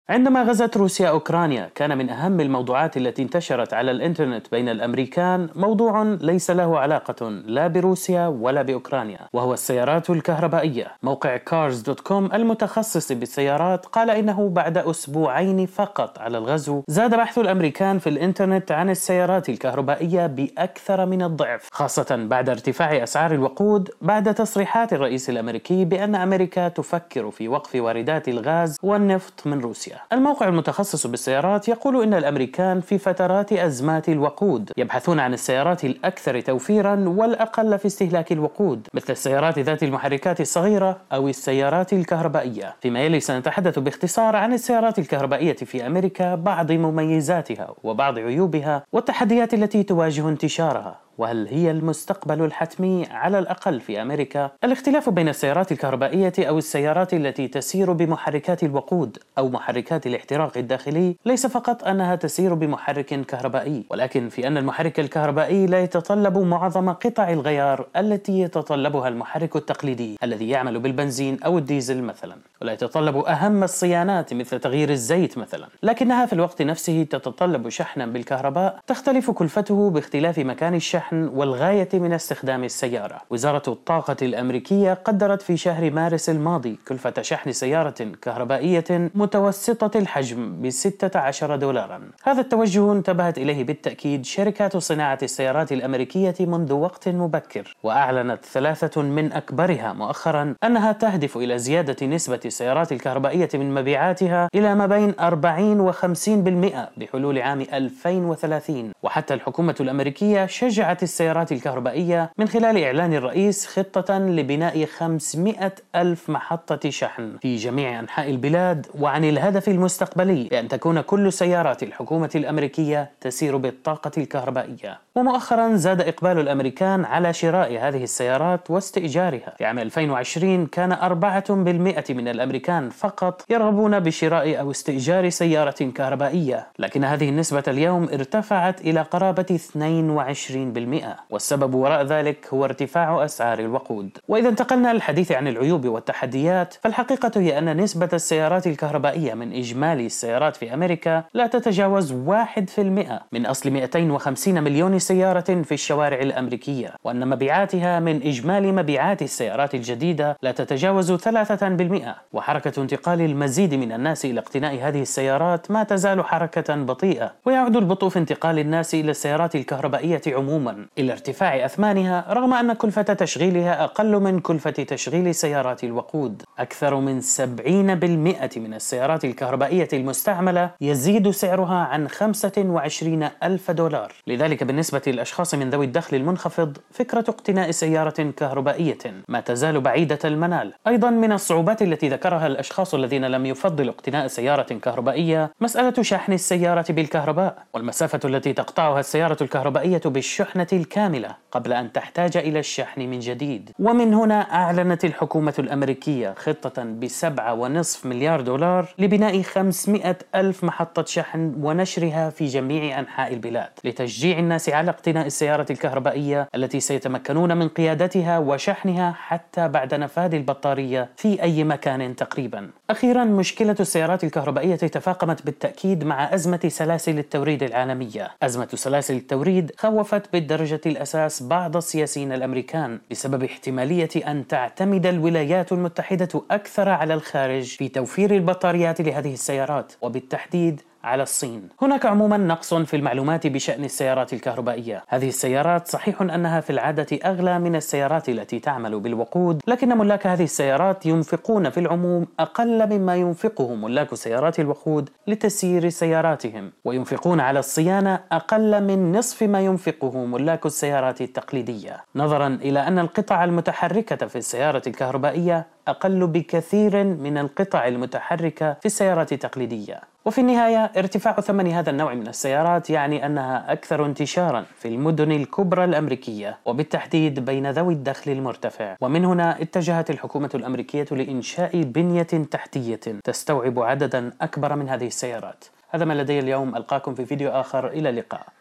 عندما غزت روسيا أوكرانيا كان من أهم الموضوعات التي انتشرت على الإنترنت بين الأمريكان موضوع ليس له علاقة لا بروسيا ولا بأوكرانيا، وهو السيارات الكهربائية. موقع Cars.com المتخصص بالسيارات قال إنه بعد أسبوعين فقط على الغزو زاد بحث الأمريكان في الإنترنت عن السيارات الكهربائية بأكثر من الضعف، خاصة بعد ارتفاع أسعار الوقود بعد تصريحات الرئيس الأمريكي بأن أمريكا تفكر في وقف واردات الغاز والنفط من روسيا. الموقع المتخصص بالسيارات يقول إن الأمريكان في فترات أزمات الوقود يبحثون عن السيارات الأكثر توفيرا والأقل في استهلاك الوقود، مثل السيارات ذات المحركات الصغيرة أو السيارات الكهربائية. فيما يلي سنتحدث باختصار عن السيارات الكهربائية في أمريكا، بعض مميزاتها وبعض عيوبها والتحديات التي تواجه انتشارها، وهل هي المستقبل الحتمي على الأقل في أمريكا؟ الاختلاف بين السيارات الكهربائية أو السيارات التي تسير بمحركات الوقود أو محركات الاحتراق الداخلي ليس فقط أنها تسير بمحرك كهربائي، ولكن في أن المحرك الكهربائي لا يتطلب معظم قطع الغيار التي يتطلبها المحرك التقليدي الذي يعمل بالبنزين أو الديزل مثلا، ولا يتطلب أهم الصيانات مثل تغيير الزيت مثلا، لكنها في الوقت نفسه تتطلب شحنا بالكهرباء تختلف كلفته باختلاف مكان الشحن والغاية من استخدام السيارة. وزارة الطاقة الأمريكية قدرت في شهر مارس الماضي كلفة شحن سيارة كهربائية متوسطة الحجم $16. هذا التوجه انتبهت إليه بالتأكيد شركات صناعة السيارات الأمريكية منذ وقت مبكر، وأعلنت ثلاثة من أكبرها مؤخرا أنها تهدف إلى زيادة نسبة السيارات الكهربائية من مبيعاتها إلى ما بين 40 و 50% بحلول عام 2030. وحتى الحكومة الأمريكية شجعت السيارات الكهربائية من خلال إعلان الرئيس خطة لبناء 500 ألف محطة شحن في جميع أنحاء البلاد، وعن الهدف المستقبلي بأن تكون كل سيارات الحكومة الأمريكية تسير بالطاقة الكهربائية. ومؤخرا زاد إقبال الأمريكان على شراء هذه السيارات واستئجارها. في عام 2020 كان 4% من الأمريكان فقط يرغبون بشراء أو استئجار سيارة كهربائية، لكن هذه النسبة اليوم ارتفعت إلى قرابة 22%، والسبب وراء ذلك هو ارتفاع أسعار الوقود. وإذا انتقلنا للحديث عن العيوب والتحديات، فالحقيقة هي أن نسبة السيارات الكهربائية من إجمالي السيارات في أمريكا لا تتجاوز 1% من أصل 250 مليون سيارة في الشوارع الأمريكية، وأن مبيعاتها من إجمالي مبيعات السيارات الجديدة لا تتجاوز 3%. وحركة انتقال المزيد من الناس إلى اقتناء هذه السيارات ما تزال حركة بطيئة، ويعود البطء في انتقال الناس إلى السيارات الكهربائية عموما إلى ارتفاع أثمانها، رغم أن كلفة تشغيلها أقل من كلفة تشغيل سيارات الوقود. أكثر من 70% من السيارات الكهربائية المستعملة يزيد سعرها عن $25,000. لذلك بالنسبة للأشخاص من ذوي الدخل المنخفض، فكرة اقتناء سيارة كهربائية ما تزال بعيدة المنال. أيضا من الصعوبات التي ذكرها الأشخاص الذين لم يفضلوا اقتناء سيارة كهربائية مسألة شحن السيارة بالكهرباء، والمسافة التي تقطعها السيارة الكهربائية بالشحنة الكاملة قبل أن تحتاج إلى الشحن من جديد. ومن هنا أعلنت الحكومة الأمريكية خطة ب$7.5 مليار لبناء 500 ألف محطة شحن ونشرها في جميع أنحاء البلاد لتشجيع الناس على اقتناء السيارة الكهربائية التي سيتمكنون من قيادتها وشحنها حتى بعد نفاذ البطارية في أي مكان تقريبا. أخيرا، مشكلة السيارات الكهربائية تفاقمت بالتأكيد مع أزمة سلاسل التوريد العالمية. أزمة سلاسل التوريد خوفت بالدرجة الأساس بعض السياسيين الأمريكان بسبب احتمالية أن تعتمد الولايات المتحدة أكثر على الخارج في توفير البطاريات لهذه السيارات، وبالتحديد على الصين. هناك عموما نقص في المعلومات بشأن السيارات الكهربائية. هذه السيارات صحيح أنها في العادة أغلى من السيارات التي تعمل بالوقود، لكن ملاك هذه السيارات ينفقون في العموم أقل مما ينفقه ملاك سيارات الوقود لتسيير سياراتهم، وينفقون على الصيانة أقل من نصف ما ينفقه ملاك السيارات التقليدية، نظرا إلى أن القطع المتحركة في السيارة الكهربائية أقل بكثير من القطع المتحركة في السيارات التقليدية. وفي النهاية، ارتفاع ثمن هذا النوع من السيارات يعني أنها أكثر انتشارا في المدن الكبرى الأمريكية، وبالتحديد بين ذوي الدخل المرتفع. ومن هنا اتجهت الحكومة الأمريكية لإنشاء بنية تحتية تستوعب عددا أكبر من هذه السيارات. هذا ما لدي اليوم، ألقاكم في فيديو آخر، إلى اللقاء.